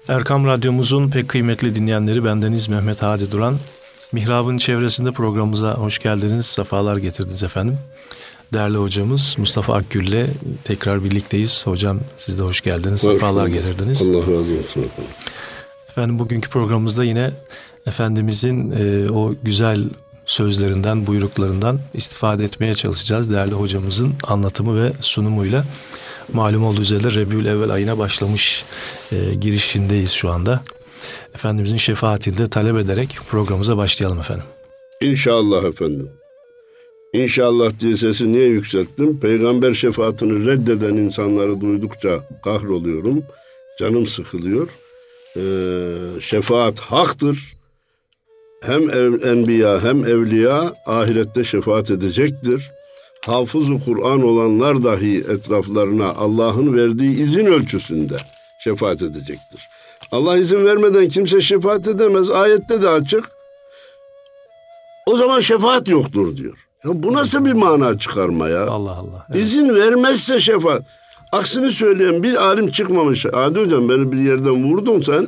Erkam Radyomuzun pek kıymetli dinleyenleri, bendeniz Mehmet Hadi Duran. Mihrab'ın çevresinde programımıza hoş geldiniz, sefalar getirdiniz efendim. Değerli hocamız Mustafa Akgül ile tekrar birlikteyiz. Hocam siz de hoş geldiniz, sefalar getirdiniz. Allah razı olsun efendim. Efendim bugünkü programımızda yine Efendimizin o güzel sözlerinden, buyruklarından istifade etmeye çalışacağız. Değerli hocamızın anlatımı ve sunumuyla. Malum olduğu üzere Rebiülevvel ayına başlamış girişindeyiz şu anda. Efendimizin şefaatini de talep ederek programımıza başlayalım efendim. İnşallah efendim. İnşallah diye sesi niye yükselttim? Peygamber şefaatini reddeden insanları duydukça kahroluyorum. Canım sıkılıyor. Şefaat haktır. Hem enbiya hem evliya ahirette şefaat edecektir. Hafız-ı Kur'an olanlar dahi etraflarına Allah'ın verdiği izin ölçüsünde şefaat edecektir. Allah izin vermeden kimse şefaat edemez. Ayette de açık. O zaman şefaat yoktur diyor. Ya bu nasıl bir mana çıkarma ya? Allah Allah. Evet. İzin vermezse şefaat. Aksini söyleyen bir alim çıkmamış. Hadi hocam beni bir yerden vurdun sen.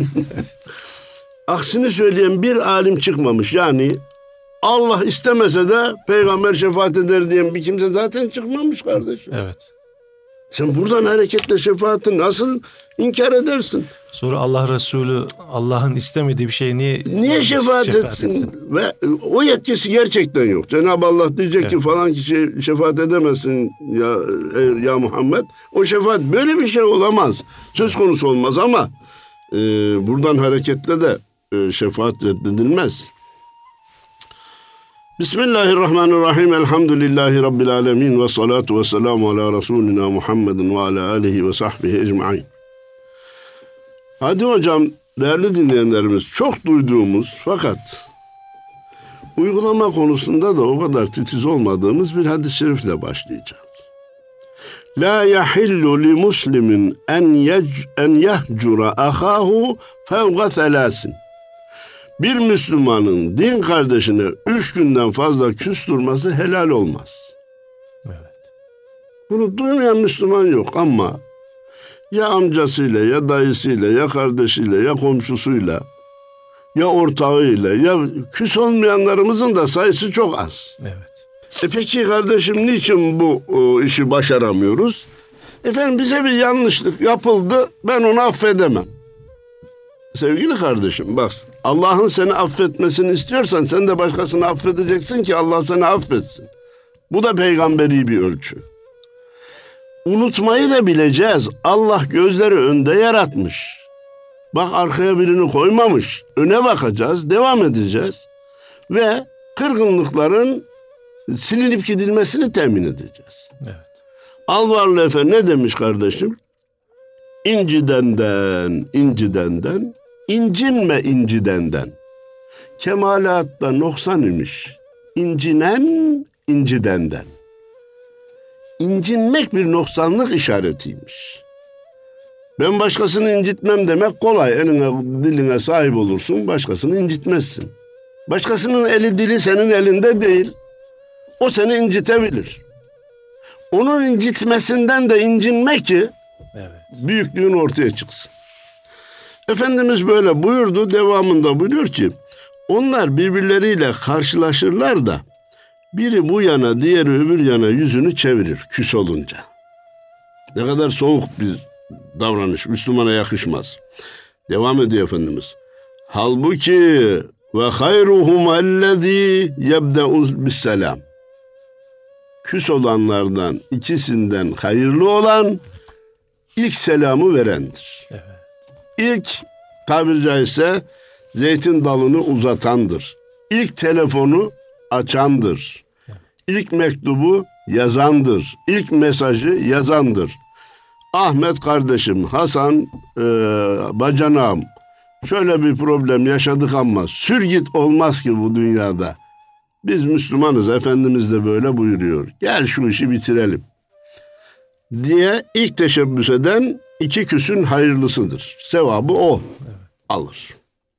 Aksini söyleyen bir alim çıkmamış. Yani Allah istemese de peygamber şefaat eder diyen bir kimse zaten çıkmamış kardeşim. Evet. Sen buradan hareketle şefaati nasıl inkar edersin? Sonra Allah Resulü Allah'ın istemediği bir şey niye şefaat etsin? Ve o yetkisi gerçekten yok. Cenab-ı Allah diyecek ki falan kişi şefaat edemezsin ya Muhammed. O şefaat böyle bir şey olamaz. Söz konusu olmaz ama buradan hareketle de şefaat reddedilmez. Bismillahirrahmanirrahim. Elhamdülillahi Rabbil alemin. Ve salatu ve selamu ala Resulina Muhammedin ve ala alihi ve sahbihi ecma'in. Hadi hocam, değerli dinleyenlerimiz, çok duyduğumuz fakat uygulama konusunda da o kadar titiz olmadığımız bir hadis-i şerifle başlayacağız. La yahillu li muslimin en yahcura ahahu fevga thelasin. Bir Müslümanın din kardeşine 3 günden fazla küs durması helal olmaz. Evet. Bunu duymayan Müslüman yok ama ya amcasıyla, ya dayısıyla, ya kardeşiyle, ya komşusuyla, ya ortağıyla, ya küs olmayanlarımızın da sayısı çok az. Evet. Peki kardeşim niçin bu işi başaramıyoruz? Efendim bize bir yanlışlık yapıldı, ben onu affedemem. Sevgili kardeşim bak, Allah'ın seni affetmesini istiyorsan sen de başkasını affedeceksin ki Allah seni affetsin. Bu da peygamberi bir ölçü. Unutmayı da bileceğiz. Allah gözleri önde yaratmış. Bak arkaya birini koymamış. Öne bakacağız, devam edeceğiz. Ve kırgınlıkların silinip gidilmesini temin edeceğiz. Evet. Alvarlı Efe ne demiş kardeşim? İncidenden, incinme incidenden. Kemalatta noksan imiş. İncinen, incidenden. İncinmek bir noksanlık işaretiymiş. Ben başkasını incitmem demek kolay. Eline, diline sahip olursun, başkasını incitmezsin. Başkasının eli dili senin elinde değil. O seni incitebilir. Onun incitmesinden de incinme ki büyüklüğün ortaya çıksın. Efendimiz böyle buyurdu, devamında buyuruyor ki onlar birbirleriyle karşılaşırlar da biri bu yana diğeri öbür yana yüzünü çevirir küs olunca. Ne kadar soğuk bir davranış, Müslümana yakışmaz. Devam ediyor Efendimiz. Halbuki ve hayruhum ellezî yebde'u bisselam. Küs olanlardan ikisinden hayırlı olan ilk selamı verendir. Evet. İlk tabiri caizse zeytin dalını uzatandır. İlk telefonu açandır. İlk mektubu yazandır. İlk mesajı yazandır. Ahmet kardeşim, Hasan bacanağım, şöyle bir problem yaşadık ama sür git olmaz ki bu dünyada. Biz Müslümanız, Efendimiz de böyle buyuruyor. Gel şu işi bitirelim diye ilk teşebbüs eden iki küsün hayırlısıdır. Sevabı o alır.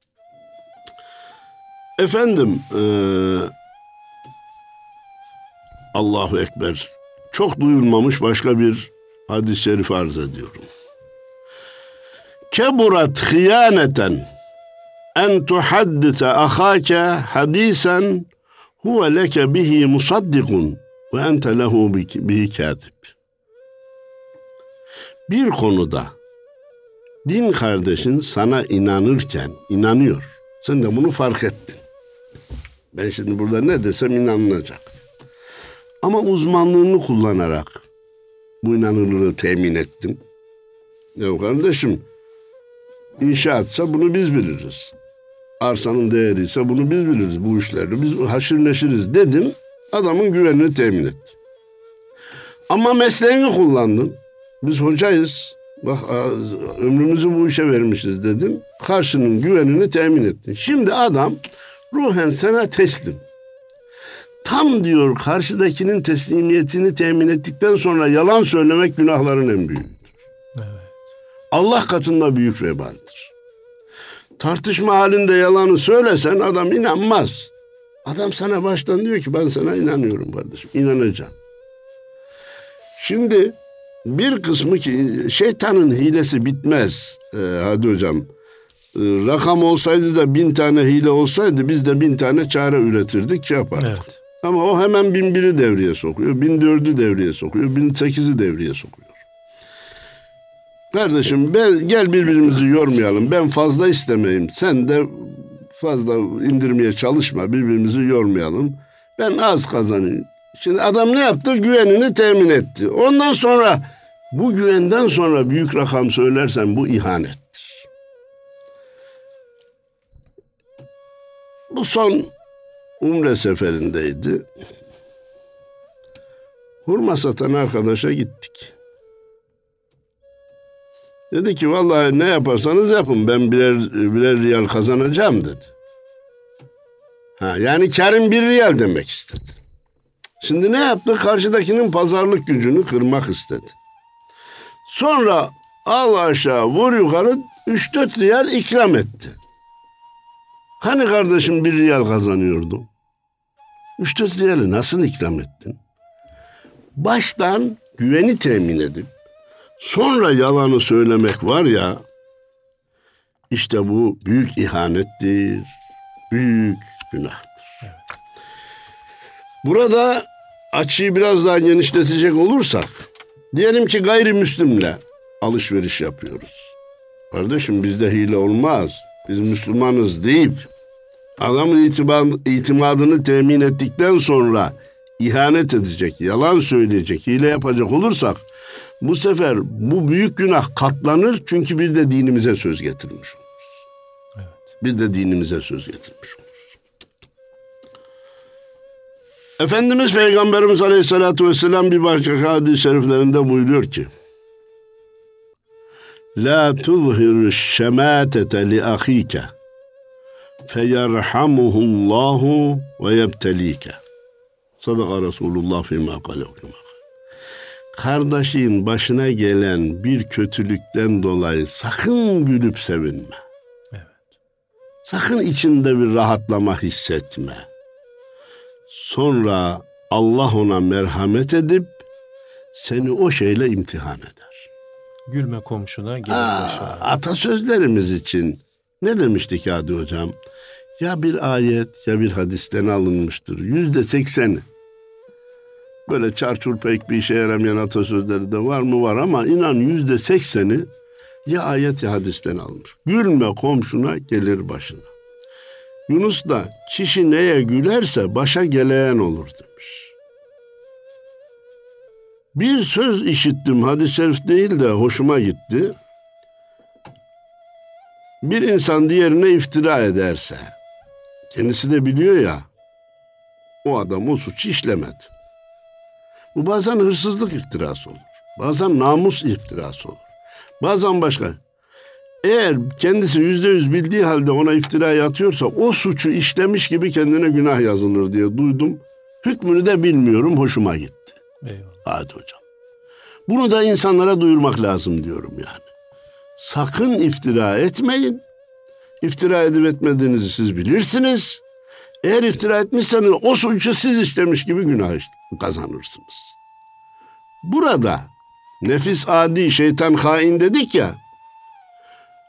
Efendim Allahu Ekber. Çok duyulmamış başka bir hadis-i şerif arz ediyorum. keburat hıyaneten en tuhaddite ahake hadisen huve leke bihi musaddikun ve ente lehu bihi katib. Bir konuda din kardeşin sana inanırken inanıyor. Sen de bunu fark ettin. Ben şimdi burada ne desem inanılacak. Ama uzmanlığını kullanarak bu inanırlığı temin ettin. Ya kardeşim, inşaatsa bunu biz biliriz. Arsanın değeri ise bunu biz biliriz. Bu işleri biz haşır neşiriz dedin. Adamın güvenini temin ettin. Ama mesleğini kullandın. Biz hocayız. Bak ömrümüzü bu işe vermişiz dedin. Karşının güvenini temin ettin. Şimdi adam ruhen sana teslim. Tam diyor karşıdakinin teslimiyetini temin ettikten sonra yalan söylemek günahların en büyüğüdür. Evet. Allah katında büyük vebaldir. Tartışma halinde yalanı söylesen adam inanmaz. Adam sana baştan diyor ki ben sana inanıyorum kardeşim. İnanacağım. Şimdi bir kısmı ki şeytanın hilesi bitmez. Hadi hocam. Rakam olsaydı da 1000 tane hile olsaydı biz de 1000 tane çare üretirdik yapardık. Evet. Ama o hemen 1001'i devreye sokuyor. 1004'ü devreye sokuyor. 1008'i devreye sokuyor. Kardeşim gel birbirimizi yormayalım. Ben fazla istemeyim. Sen de fazla indirmeye çalışma. Birbirimizi yormayalım. Ben az kazanayım. Şimdi adam ne yaptı? Güvenini temin etti. Ondan sonra bu güvenden sonra büyük rakam söylersen bu ihanettir. Bu son Umre seferindeydi. Hurma satan arkadaşa gittik. Dedi ki vallahi ne yaparsanız yapın ben birer riyal kazanacağım dedi. Yani kârın 1 riyal demek istedi. Şimdi ne yaptı? Karşıdakinin pazarlık gücünü kırmak istedi. Sonra al aşağı vur yukarı 3-4 riyal ikram etti. Hani kardeşim 1 riyal kazanıyordu? 3-4 riyali nasıl ikram ettin? Baştan güveni temin edip sonra yalanı söylemek var ya, işte bu büyük ihanettir, büyük günahtır. Evet. Burada açıyı biraz daha genişletecek olursak, diyelim ki gayrimüslimle alışveriş yapıyoruz. Kardeşim bizde hile olmaz, biz Müslümanız deyip adamın itimadını temin ettikten sonra ihanet edecek, yalan söyleyecek, hile yapacak olursak bu sefer bu büyük günah katlanır çünkü bir de dinimize söz getirmiş oluruz. Evet. Bir de dinimize söz getirmiş oluruz. Efendimiz Peygamberimiz Aleyhisselatü Vesselam bir başka hadis-i şeriflerinde buyuruyor ki La tuzhir şemâtete li ahîke feyerhamuhullahu ve yebtelîke. Sadaka Resulullah fîmâ kâlehu. Kardeşin başına gelen bir kötülükten dolayı sakın gülüp sevinme. Evet. Sakın içinde bir rahatlama hissetme. Sonra Allah ona merhamet edip seni o şeyle imtihan eder. Gülme komşuna, gelir başına. Atasözlerimiz için ne demiştik Hadi hocam? Ya bir ayet ya bir hadisten alınmıştır. 80'i. Böyle çarçur pek bir işe yaramayan atasözleri de var mı? Var ama inan 80'i ya ayet ya hadisten almış. Gülme komşuna gelir başına. Yunus da kişi neye gülerse başa geleyen olur demiş. Bir söz işittim, hadis-i şerif değil de hoşuma gitti. Bir insan diğerine iftira ederse, kendisi de biliyor ya, o adam o suçu işlemedi. Bu bazen hırsızlık iftirası olur. Bazen namus iftirası olur. Bazen başka. Eğer kendisi %100 bildiği halde ona iftirayı atıyorsa o suçu işlemiş gibi kendine günah yazılır diye duydum. Hükmünü de bilmiyorum, hoşuma gitti. Eyvallah. Hadi hocam. Bunu da insanlara duyurmak lazım diyorum yani. Sakın iftira etmeyin. İftira edip etmediğinizi siz bilirsiniz. Eğer iftira etmişseniz o suçu siz işlemiş gibi günah kazanırsınız. Burada nefis adi, şeytan hain dedik ya.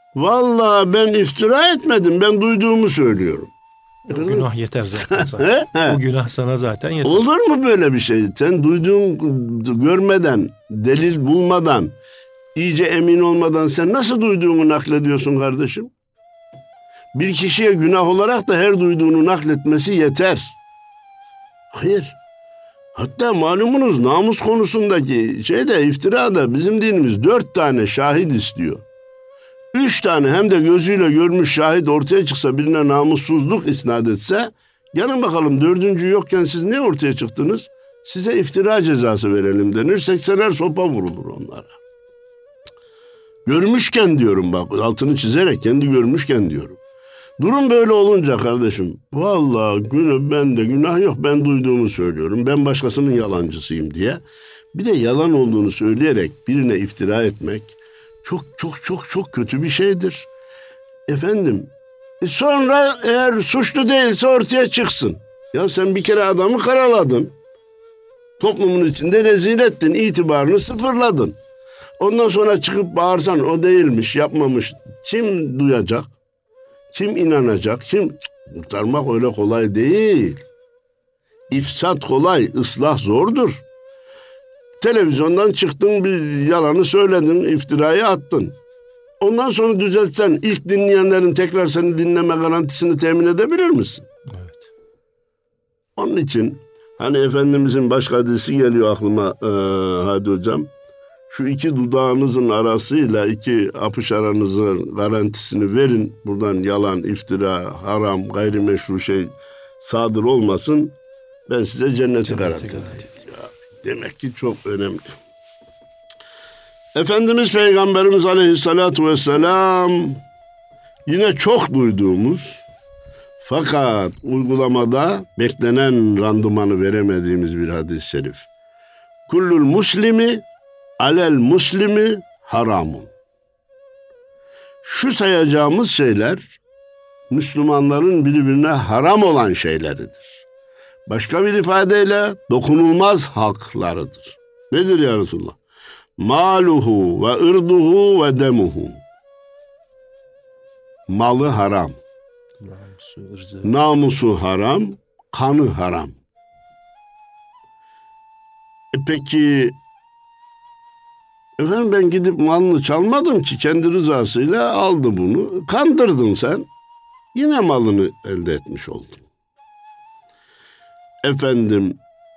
Vallahi ben iftira etmedim. Ben duyduğumu söylüyorum. O günah yeter zaten sana. O günah sana zaten yeter. Olur mu böyle bir şey? Sen duyduğun görmeden, delil bulmadan, iyice emin olmadan sen nasıl duyduğunu naklediyorsun kardeşim? Bir kişiye günah olarak da her duyduğunu nakletmesi yeter. Hayır. Hatta malumunuz namus konusundaki iftirada bizim dinimiz 4 tane şahit istiyor. 3 tane hem de gözüyle görmüş şahit ortaya çıksa, birine namussuzluk isnat etse, gelin bakalım 4. yokken siz ne ortaya çıktınız? Size iftira cezası verelim denir. 80'er sopa vurulur onlara. Görmüşken diyorum, bak altını çizerek, kendi görmüşken diyorum. Durum böyle olunca kardeşim, vallahi bende günah yok, ben duyduğumu söylüyorum, ben başkasının yalancısıyım diye. Bir de yalan olduğunu söyleyerek birine iftira etmek çok kötü bir şeydir. Efendim, sonra eğer suçlu değilse ortaya çıksın. Ya sen bir kere adamı karaladın. Toplumun içinde rezil ettin, itibarını sıfırladın. Ondan sonra çıkıp bağırsan o değilmiş, yapmamış. Kim duyacak? Kim inanacak? Kurtarmak öyle kolay değil. İfsat kolay, ıslah zordur. Televizyondan çıktın, bir yalanı söyledin, iftirayı attın. Ondan sonra düzeltsen ilk dinleyenlerin tekrar seni dinleme garantisini temin edebilir misin? Evet. Onun için hani Efendimizin başka hadisi geliyor aklıma Hadi Hocam. Şu 2 dudağınızın arasıyla 2 apış aranızın garantisini verin. Buradan yalan, iftira, haram, gayrimeşru şey sadır olmasın. Ben size cenneti garanti edeyim. Demek ki çok önemli. Efendimiz Peygamberimiz Aleyhisselatü Vesselam yine çok duyduğumuz fakat uygulamada beklenen randımanı veremediğimiz bir hadis-i şerif. Kullul muslimi alel muslimi haramun. Şu sayacağımız şeyler Müslümanların birbirine haram olan şeyleridir. Başka bir ifadeyle dokunulmaz haklarıdır. Nedir ya Resulullah? Maluhu ve ırduhu ve demuhu. Malı haram. Namusu haram, kanı haram. Peki efendim ben gidip malını çalmadım ki, kendi rızasıyla aldı bunu. Kandırdın sen. Yine malını elde etmiş oldun. Efendim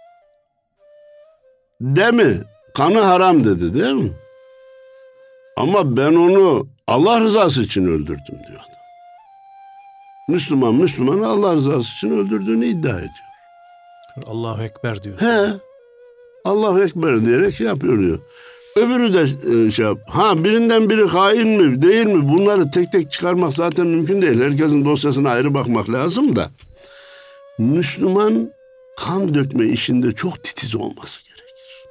kanı haram dedi değil mi? Ama ben onu Allah rızası için öldürdüm diyor adam. Müslümanı Allah rızası için öldürdüğünü iddia ediyor. Allahu Ekber diyor. Allahu Ekber diyerek yapıyor diyor. Öbürü de birinden biri hain mi değil mi, bunları tek tek çıkarmak zaten mümkün değil. Herkesin dosyasına ayrı bakmak lazım da. Müslüman kan dökme işinde çok titiz olması gerekir.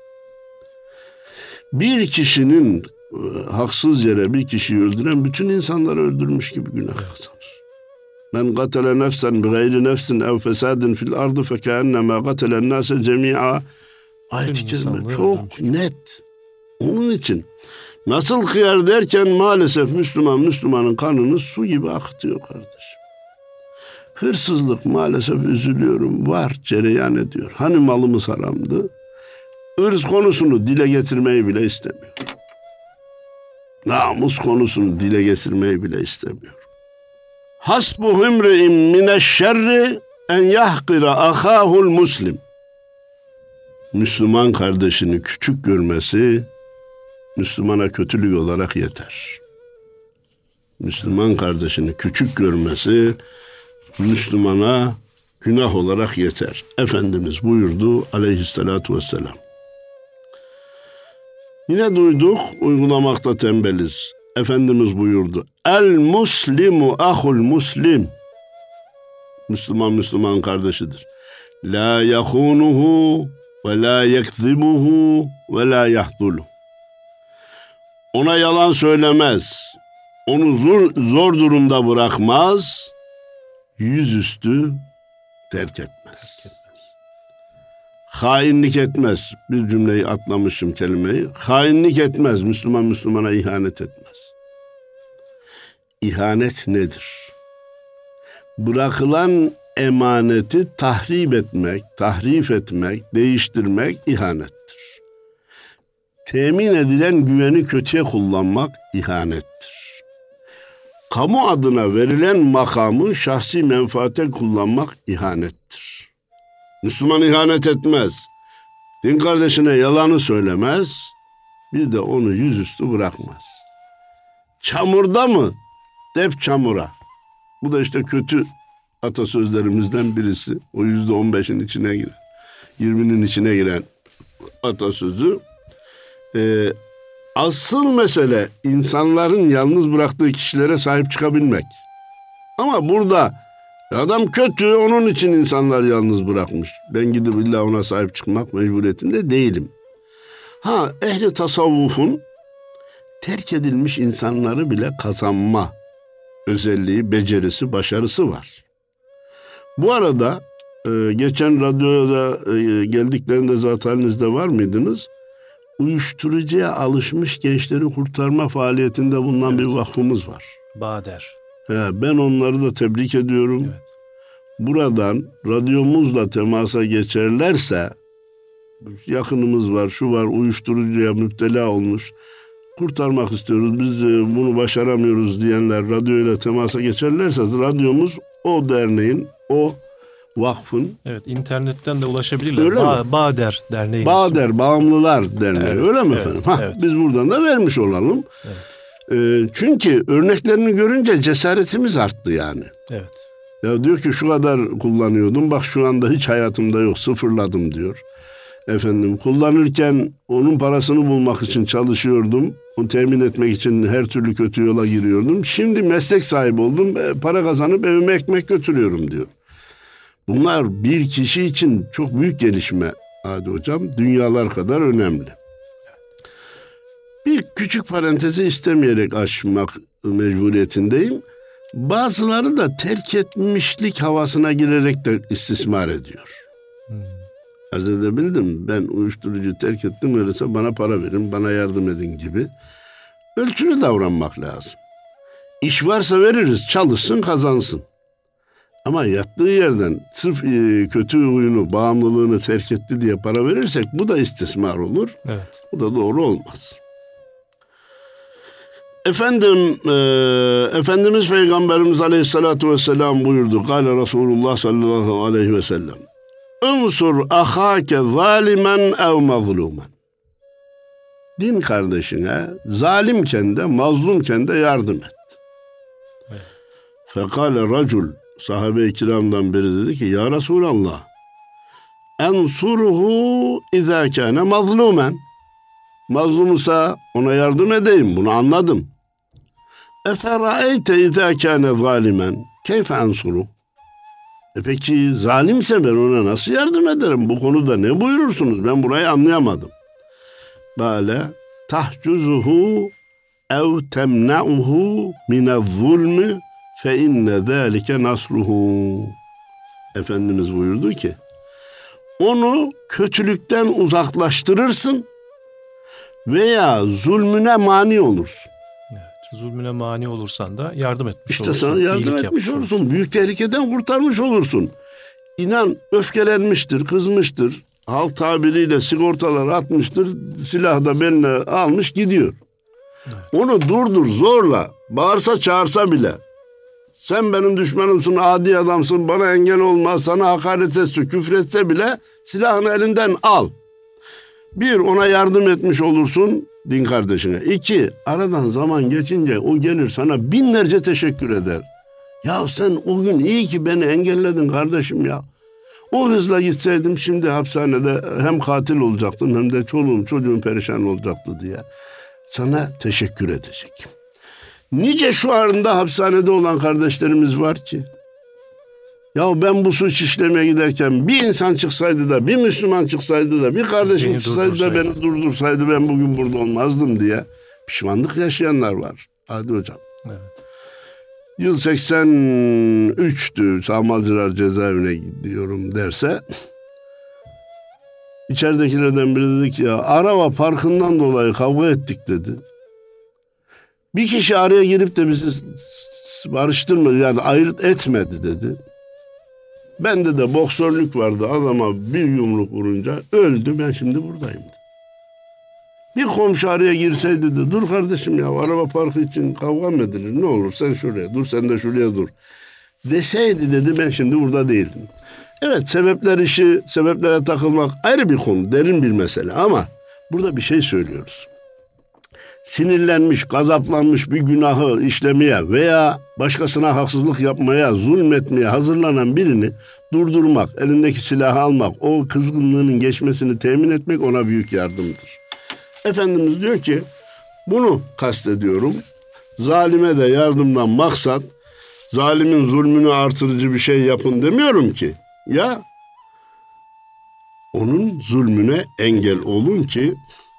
Bir kişinin haksız yere bir kişiyi öldüren bütün insanları öldürmüş gibi günah kazanır. Men katele nefsen bi gayri nefsin ev fesadin fil ardı fekâenneme katelen nâse cemî'a. Ayet-i kerime çok net. Onun için nasıl kıyar derken maalesef Müslümanın kanını su gibi akıtıyor kardeşim. Hırsızlık maalesef üzülüyorum var, cereyan ediyor. Hani malımız haramdı? Irz konusunu dile getirmeyi bile istemiyor. Namus konusunu dile getirmeyi bile istemiyor. Hasbu himri'in mineşşerri en yahkira ahahul muslim. Müslüman kardeşini küçük görmesi Müslümana kötülük olarak yeter. Müslüman kardeşini küçük görmesi Müslümana günah olarak yeter. Efendimiz buyurdu aleyhissalatu vesselam. Yine duyduk, uygulamakta tembeliz. Efendimiz buyurdu. El muslimu ahul muslim. Müslüman kardeşidir. La yahunuhu ve la yekzibuhu ve la yahduluhu. Ona yalan söylemez. Onu zor durumda bırakmaz. Yüzüstü terk etmez. Hainlik etmez. Bir cümleyi atlamışım kelimeyi. Hainlik etmez. Müslümana ihanet etmez. ihanet nedir? Bırakılan emaneti tahrip etmek, tahrif etmek, değiştirmek ihanettir. Temin edilen güveni kötüye kullanmak ihanettir. Kamu adına verilen makamı şahsi menfaate kullanmak ihanettir. Müslüman ihanet etmez. Din kardeşine yalanı söylemez. Bir de onu yüzüstü bırakmaz. Çamurda mı? Def çamura. Bu da işte kötü atasözlerimizden birisi. O %15'in içine giren, 20'nin içine giren atasözü. Asıl mesele insanların yalnız bıraktığı kişilere sahip çıkabilmek. Ama burada adam kötü, onun için insanlar yalnız bırakmış. Ben gidip illa ona sahip çıkmak mecburiyetinde değilim. Ehli tasavvufun terk edilmiş insanları bile kazanma özelliği, becerisi, başarısı var. Bu arada geçen radyoda geldiklerinde zat halinizde var mıydınız? Uyuşturucuya alışmış gençleri kurtarma faaliyetinde bulunan bir vakfımız var. Bader. Ben onları da tebrik ediyorum. Evet. Buradan radyomuzla temasa geçerlerse, yakınımız var, şu var, uyuşturucuya müptela olmuş, kurtarmak istiyoruz, biz bunu başaramıyoruz diyenler radyoyla temasa geçerlerse, radyomuz o derneğin, o vakfın. Evet, internetten de ulaşabilirler. Öyle mi? Bader Derneği. Bader, Bağımlılar Derneği. Evet, öyle mi efendim? Evet. Biz buradan da vermiş olalım. Evet. Çünkü örneklerini görünce cesaretimiz arttı yani. Evet. Ya diyor ki şu kadar kullanıyordum, bak şu anda hiç hayatımda yok, sıfırladım diyor. Efendim kullanırken onun parasını bulmak için çalışıyordum. Onu temin etmek için her türlü kötü yola giriyordum. Şimdi meslek sahibi oldum, para kazanıp evime ekmek götürüyorum diyor. Bunlar bir kişi için çok büyük gelişme Hadi hocam, dünyalar kadar önemli. Bir küçük parantezi istemeyerek açmak mecburiyetindeyim. Bazıları da terk etmişlik havasına girerek de istismar ediyor. Arz edebildim. Ben uyuşturucu terk ettim, öyleyse bana para verin, bana yardım edin gibi. Ölçülü davranmak lazım. İş varsa veririz, çalışsın, kazansın. Ama yattığı yerden sırf kötü huyunu, bağımlılığını terk etti diye para verirsek bu da istismar olur. Evet. Bu da doğru olmaz. Efendimiz Peygamberimiz Aleyhisselatü Vesselam buyurdu. Kâle Resulullah sallallahu aleyhi ve sellem. Unsur ahâke zâlimen ev mazlûmen. Din kardeşine zalimken de mazlumken de yardım et. Evet. Fekâle racul, sahabe-i kiramdan biri dedi ki, ya Resulallah, ensuruhu izâ kâne mazlûmen. Mazlumsa ona yardım edeyim, bunu anladım. Eferâeyte izâ kâne zâlimen keyfe ensuru. Peki zalimse ben ona nasıl yardım ederim? Bu konuda ne buyurursunuz? Ben burayı anlayamadım. Kâle tahcuzuhu ev temna'uhu minezzulmü fe inne zâlike nasruhu. Efendimiz buyurdu ki, onu kötülükten uzaklaştırırsın veya zulmüne mani olursun. Evet, zulmüne mani olursan da yardım etmiş olursun. İşte sana yardım etmiş olursun. Büyük tehlikeden kurtarmış olursun. İnan öfkelenmiştir, kızmıştır. Halk tabiriyle sigortalar atmıştır. Silah da beline almış gidiyor. Evet. Onu durdur zorla. Bağırsa çağırsa bile. Sen benim düşmanımsın, adi adamsın, bana engel olmaz, sana hakaret etse, küfretse bile silahını elinden al. Bir, ona yardım etmiş olursun din kardeşine. İki, aradan zaman geçince o gelir sana binlerce teşekkür eder. Ya sen o gün iyi ki beni engelledin kardeşim ya. O hızla gitseydim şimdi hapishanede hem katil olacaktım hem de çoluğum çocuğum perişan olacaktı diye. Sana teşekkür edecek. Nice şu anda hapishanede olan kardeşlerimiz var ki, ya ben bu suç işlemeye giderken bir insan çıksaydı da, bir Müslüman çıksaydı da, bir kardeşim çıksaydı da beni durdursaydı ben bugün burada olmazdım diye pişmanlık yaşayanlar var. Hadi hocam. Evet. Yıl 83'tü, Sağmalcılar cezaevine gidiyorum derse, içeridekilerden biri dedi ki, ya araba parkından dolayı kavga ettik dedi. Bir kişi araya girip de bizi barıştırmadı yani ayırt etmedi dedi. Bende de boksörlük vardı, adama bir yumruk vurunca öldü, ben şimdi buradayım dedi. Bir komşu araya girseydi de dur kardeşim ya araba parkı için kavga mı edilir, ne olur sen şuraya dur, sen de şuraya dur deseydi dedi, ben şimdi burada değildim. Evet, sebepler işi, sebeplere takılmak ayrı bir konu, derin bir mesele ama burada bir şey söylüyoruz. Sinirlenmiş, gazaplanmış bir günahı işlemeye veya başkasına haksızlık yapmaya, zulmetmeye hazırlanan birini durdurmak, elindeki silahı almak, o kızgınlığının geçmesini temin etmek ona büyük yardımdır. Efendimiz diyor ki, bunu kastediyorum. Zalime de yardımdan maksat, zalimin zulmünü artırıcı bir şey yapın demiyorum ki. Ya, onun zulmüne engel olun ki,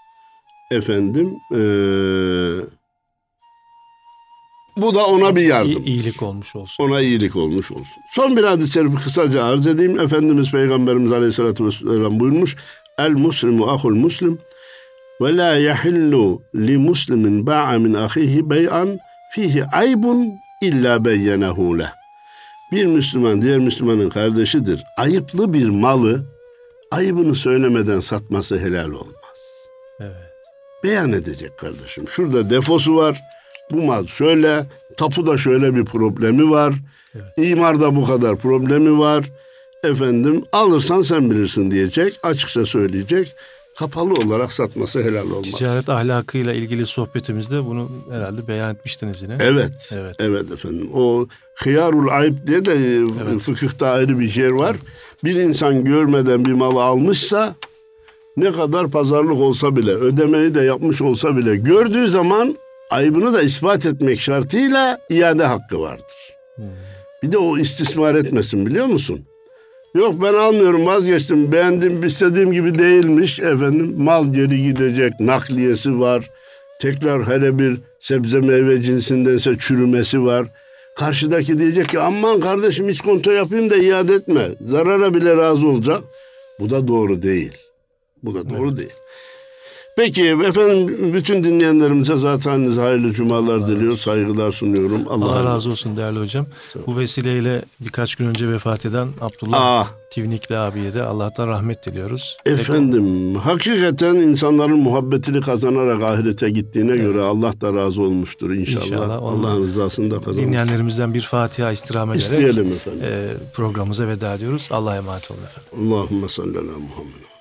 bu da ona bir yardım. İyilik olmuş olsun. Ona iyilik olmuş olsun. Son bir hadis-i şerifi kısaca arz edeyim. Efendimiz Peygamberimiz Aleyhisselatü Vesselam buyurmuş. El muslimu ahul muslim ve la yahillu li muslimin ba'a min ahihi bey'an fihi aybun illa beyyenehu leh. Bir Müslüman diğer Müslümanın kardeşidir. Ayıplı bir malı ayıbını söylemeden satması helal olmaz. Evet. Beyan edecek kardeşim. Şurada defosu var. Bu mal şöyle, tapuda şöyle bir problemi var. Evet. İmarda bu kadar problemi var. Alırsan sen bilirsin diyecek. Açıkça söyleyecek. Kapalı olarak satması helal olmaz. Ticaret ahlakıyla ilgili sohbetimizde bunu herhalde beyan etmiştiniz yine. Evet. Evet efendim. O hıyarul ayıp diye de fıkıhta ayrı bir yer var. Bir insan görmeden bir malı almışsa ne kadar pazarlık olsa bile, ödemeyi de yapmış olsa bile gördüğü zaman ayıbını da ispat etmek şartıyla iade hakkı vardır. Bir de o istismar etmesin, biliyor musun? Yok ben almıyorum, vazgeçtim, beğendim, istediğim gibi değilmiş mal geri gidecek, nakliyesi var. Tekrar hele bir sebze meyve cinsindense çürümesi var. Karşıdaki diyecek ki aman kardeşim iskonto yapayım da iade etme. Zarara bile razı olacak. Bu da doğru değil. Değil. Peki efendim, bütün dinleyenlerimize zaten hayırlı cumalar diliyor, saygılar sunuyorum. Allah razı olsun değerli hocam. Bu vesileyle birkaç gün önce vefat eden Abdullah Tivnikli abiye de Allah'tan rahmet diliyoruz. Hakikaten insanların muhabbetini kazanarak ahirete gittiğine göre Allah da razı olmuştur inşallah. Allah'ın rızasını da kazanır. Dinleyenlerimizden bir Fatiha istirham ederek İsteyelim efendim. Programımıza veda ediyoruz. Allah'a emanet olun efendim. Allahümme salli ala Muhammed.